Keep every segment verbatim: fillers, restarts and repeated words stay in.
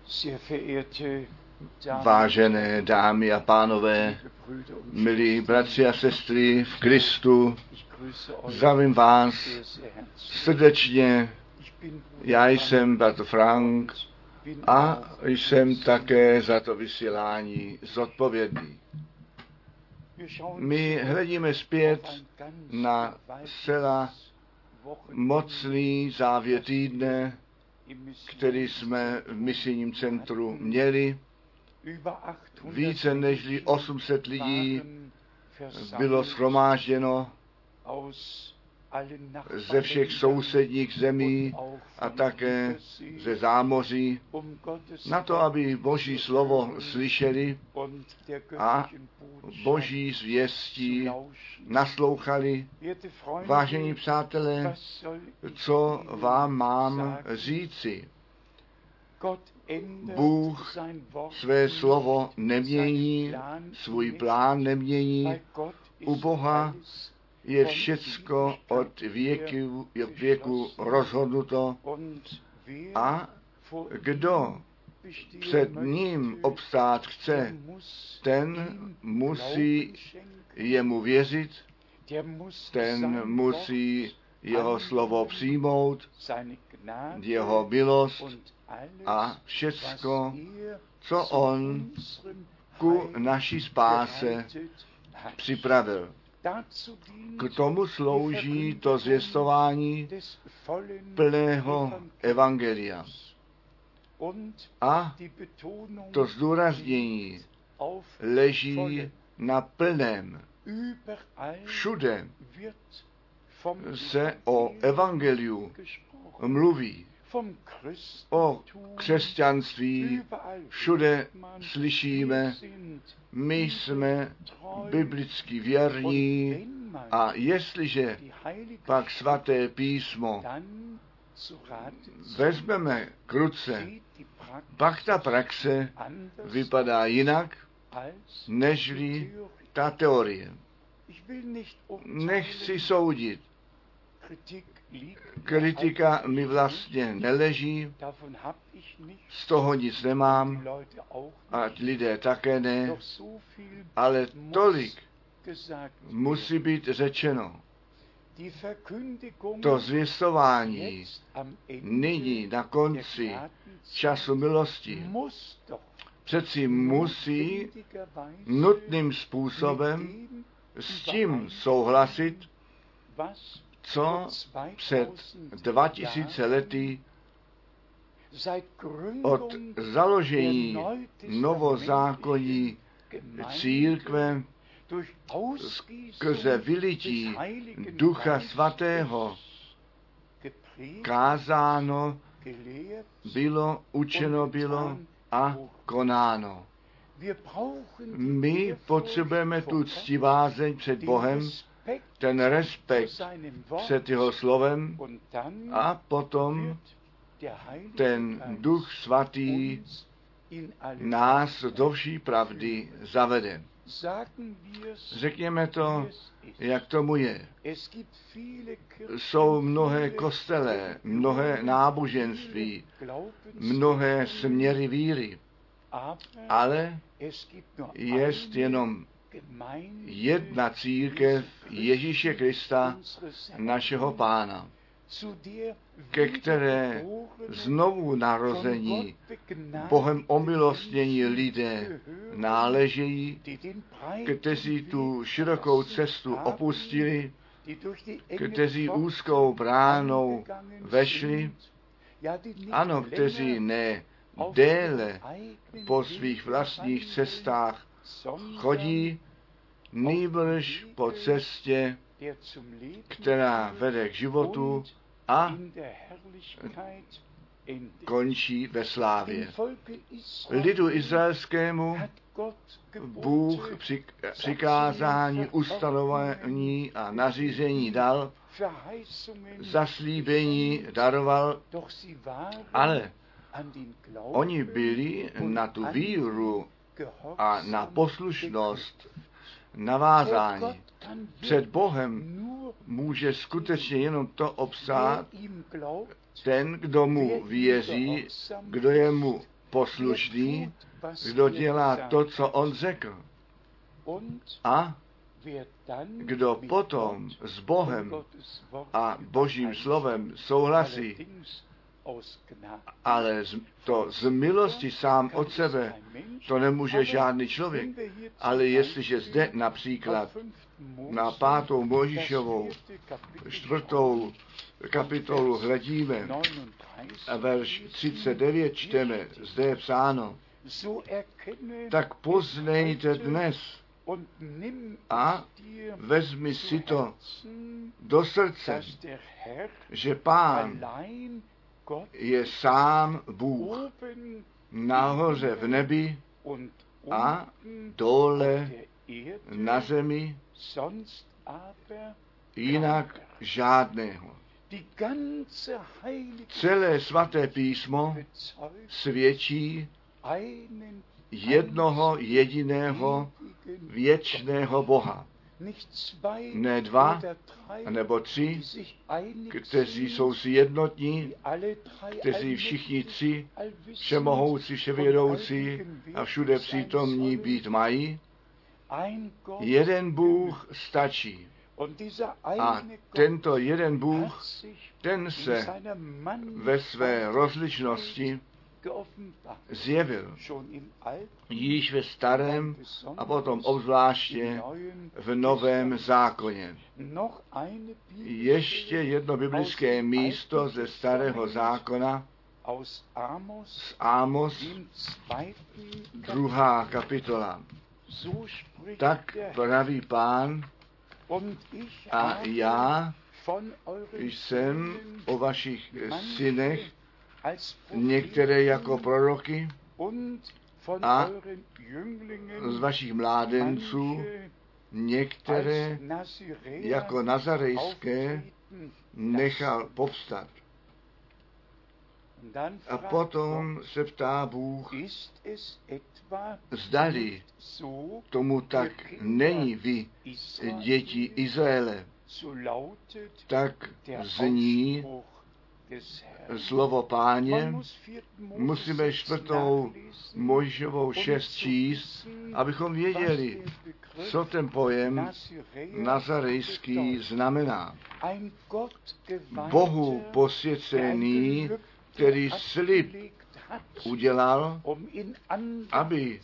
Vážené dámy a pánové, milí bratři a sestry v Kristu, zdravím vás srdečně. Já jsem bratr Frank a jsem také za to vysílání zodpovědný. My hledíme zpět na zcela mocný závěr týdne, který jsme v misijním centru měli. Více než osm set lidí bylo shromážděno ze všech sousedních zemí a také ze zámoří na to, aby Boží slovo slyšeli a Boží zvěstí naslouchali. Vážení přátelé, co vám mám říci? Bůh své slovo nemění, svůj plán nemění. U Boha je všecko od věku, od věku rozhodnuto a kdo před ním obstát chce, ten musí jemu věřit, ten musí jeho slovo přijmout, jeho milost a všecko, co on ku naší spáse připravil. K tomu slouží to zvěstování plného evangelia. A to zdůraznění leží na plném. Všude se o evangeliu mluví. O křesťanství všude slyšíme, my jsme biblicky věrní a jestliže pak svaté písmo vezmeme k ruce, pak ta praxe vypadá jinak, nežli ta teorie. Nechci soudit. Kritika mi vlastně neleží, z toho nic nemám a lidé také ne, ale tolik musí být řečeno. To zvěstování nyní na konci času milosti přeci musí nutným způsobem s tím souhlasit, co před dva tisíce lety od založení novozákonní církve skrze vylití Ducha Svatého kázáno bylo, učeno bylo a konáno. My potřebujeme tu ctivázeň před Bohem, ten respekt před jeho slovem a potom ten Duch Svatý nás do vší pravdy zavede. Řekněme to, jak tomu je. Jsou mnohé kostele, mnohé náboženství, mnohé směry víry, ale jest jenom jedna církev Ježíše Krista, našeho Pána, ke které znovu narození, Bohem omilostnění lidé náležejí, kteří tu širokou cestu opustili, kteří úzkou bránou vešli, ano, kteří ne déle po svých vlastních cestách chodí, nýbrž po cestě, která vede k životu a končí ve slávě. Lidu izraelskému Bůh přikázání, ustanovení a nařízení dal, zaslíbení daroval, ale oni byli na tu víru a na poslušnost navázání. Před Bohem může skutečně jenom to obstát ten, kdo mu věří, kdo je mu poslušný, kdo dělá to, co on řekl. A kdo potom s Bohem a Božím slovem souhlasí, ale to z milosti sám od sebe, to nemůže žádný člověk. Ale jestliže zde například na pátou Mojžíšovou čtvrtou kapitolu hledíme a verš třicet devět čteme, zde je psáno, tak poznejte dnes a vezmi si to do srdce, že Pán je sám Bůh nahoře v nebi a dole na zemi, jinak žádného. Celé svaté písmo svědčí jednoho jediného věčného Boha. Ne dva nebo tři, kteří jsou si jednotní, kteří všichni tři, všemohoucí, vševědoucí a všude přítomní být mají. Jeden Bůh stačí. A tento jeden Bůh, ten se ve své rozličnosti zjevil již ve starém a potom obzvláště v novém zákoně. Ještě jedno biblické místo ze starého zákona z Ámos, druhá kapitola. Tak praví Pán, a já jsem o vašich synech některé jako proroky a z vašich mládenců některé jako nazarejské nechal povstat. A potom se ptá Bůh, zdali tomu tak není vy, děti Izraele. Tak zní slovo Páně. Musíme čtvrtou Mojžíšovou šest číst, abychom věděli, co ten pojem nazarejský znamená. Bohu posvěcený, který slib udělal, aby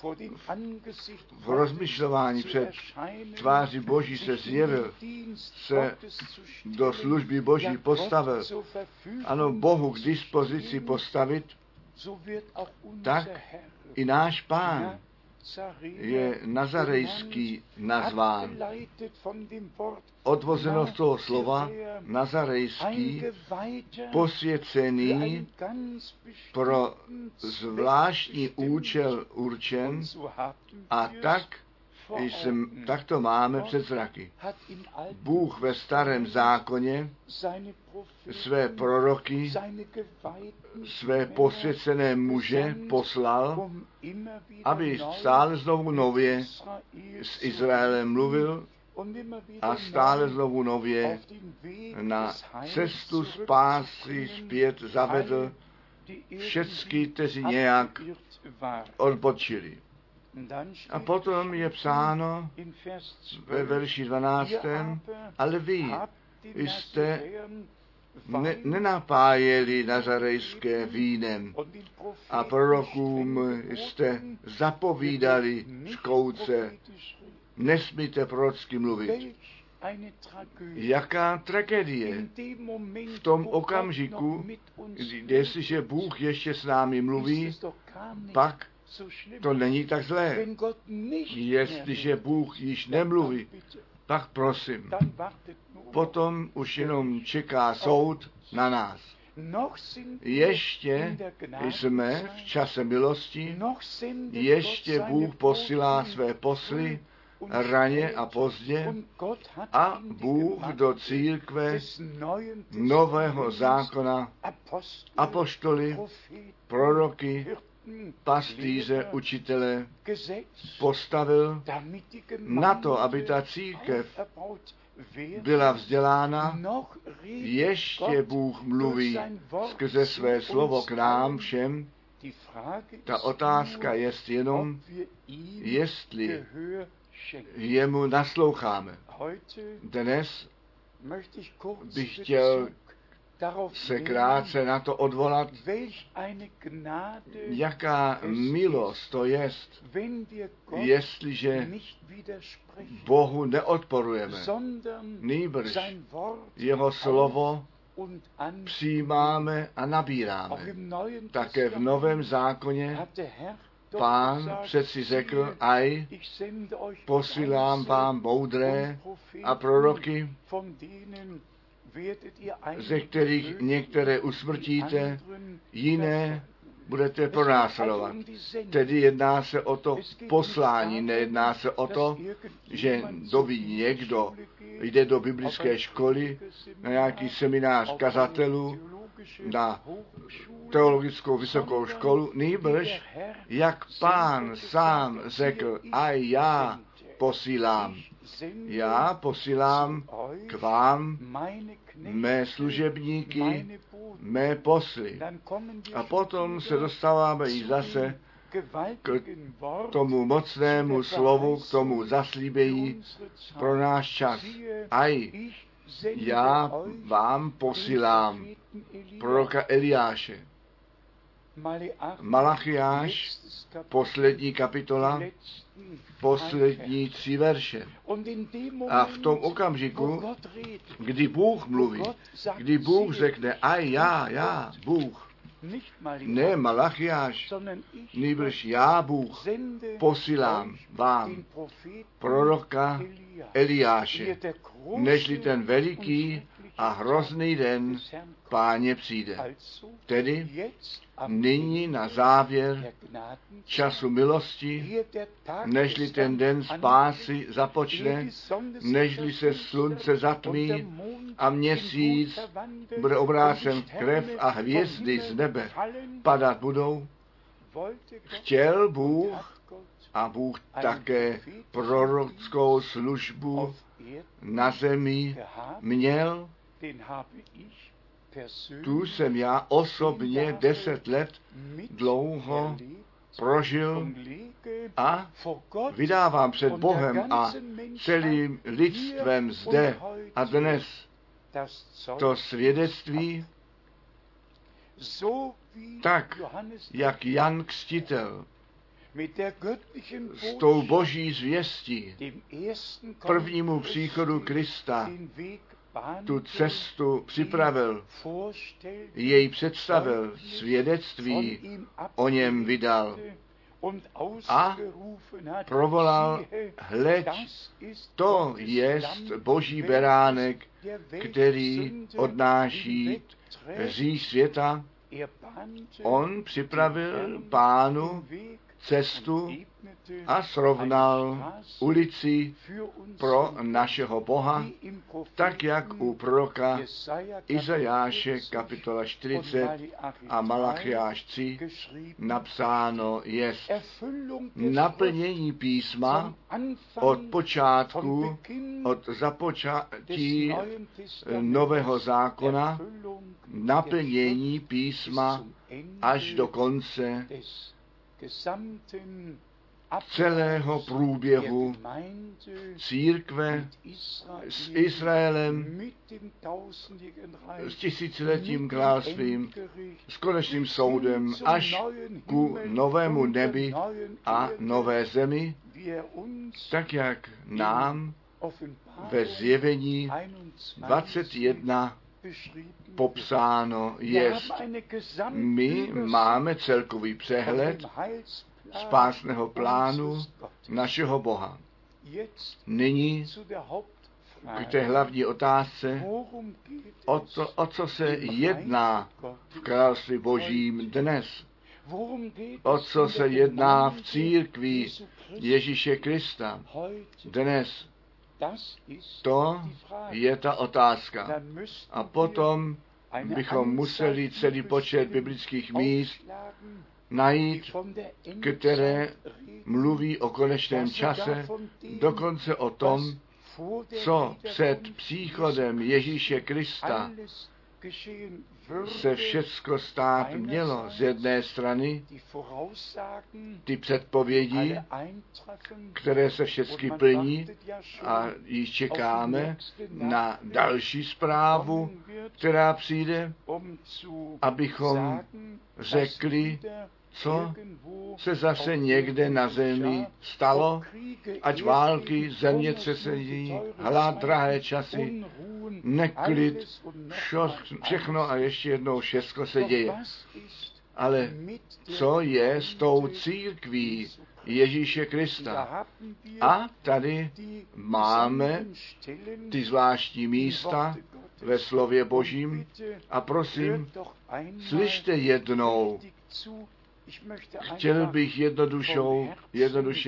v rozmyšlování před tváří Boží se zjevil, se do služby Boží postavil. Ano, Bohu k dispozici postavit, tak i náš Pán je nazarejský nazván. Odvozeno z toho slova nazarejský, posvěcený pro zvláštní účel určen, a tak jsem, tak to máme před zraky. Bůh ve starém zákoně své proroky, své posvěcené muže poslal, aby stále znovu nově s Izraelem mluvil a stále znovu nově na cestu spásy zpět zavedl všecky, kteří nějak odbočili. A potom je psáno ve verši dvanáctém ale vy jste ne, nenapájeli nazarejské vínem a prorokům jste zapovídali škouce, nesmíte prorocky mluvit. Jaká tragédie v tom okamžiku, jestliže Bůh ještě s námi mluví, pak to není tak zlé. Jestliže Bůh již nemluví, pak prosím, potom už jenom čeká soud na nás. Ještě jsme v čase milosti, ještě Bůh posílá své posly raně a pozdě a Bůh do církve nového zákona apoštoly, proroky, pastýře, učitele postavil na to, aby ta církev byla vzdělána. Ještě Bůh mluví skrze své slovo k nám všem Ta otázka je jenom, jestli jemu nasloucháme. Dnes bych chtěl se krátce na to odvolat, jaká milost to jest, jestliže Bohu neodporujeme, nýbrž jeho slovo přijímáme a nabíráme. Také v Novém zákoně Pán přeci řekl, aj posílám vám moudré a proroky, ze kterých některé usmrtíte, jiné budete pronásledovat. Tedy jedná se o to poslání, nejedná se o to, že doví někdo jde do biblické školy, na nějaký seminář kazatelů, na teologickou vysokou školu, nýbrž, jak Pán sám řekl, a já posílám. Já posílám k vám mé služebníky, mé posly. A potom se dostáváme i zase k tomu mocnému slovu, k tomu zaslíbení pro náš čas. Aj já vám posílám proroka Eliáše. Malachiáš, poslední kapitola, poslední tři verše. A v tom okamžiku, kdy Bůh mluví, kdy Bůh řekne, a já, já, Bůh, ne Malachiáš, nýbrž já, Bůh, posílám vám proroka Eliáše, nežli ten veliký a hrozný den Páně přijde. Tedy nyní na závěr času milosti, nežli ten den spásy započne, nežli se slunce zatmí a měsíc bude obrácen v krev a hvězdy z nebe padat budou, chtěl Bůh a Bůh také prorockou službu na zemi měl. Tu jsem já osobně deset let dlouho prožil a vydávám před Bohem a celým lidstvem zde a dnes to svědectví, tak jak Jan Křtitel s tou boží zvěstí prvnímu příchodu Krista tu cestu připravil, jej představil, svědectví o něm vydal a provolal, hleď, to jest boží beránek, který odnáší hřích světa. On připravil Pánu cestu a srovnal ulici pro našeho Boha, tak jak u proroka Izajáše kapitola čtyřicet a Malachiáš tři napsáno jest. Naplnění písma od počátku, od započatí nového zákona, naplnění písma až do konce celého průběhu církve s Izraelem, s tisíciletým královstvím, s konečným soudem až ku novému nebi a nové zemi, tak jak nám ve zjevení dvacet jedna popsáno jest. My máme celkový přehled spásného plánu našeho Boha. Nyní k té hlavní otázce, o, to, o co se jedná v království božím dnes. O co se jedná v církvi Ježíše Krista dnes. To je ta otázka. A potom bychom museli celý počet biblických míst najít, které mluví o konečném čase, dokonce o tom, co před příchodem Ježíše Krista se všecko stát mělo. Z jedné strany ty předpovědi, které se všechny plní a již čekáme na další zprávu, která přijde, abychom řekli, co se zase někde na zemi stalo, ať války, zemětřesení, hlad, drahé časy, neklid, všechno a ještě jednou všechno se děje. Ale co je s tou církví Ježíše Krista? A tady máme ty zvláštní místa ve slově Božím a prosím, slyšte jednou. Chtěl bych jednodušou, jednoduše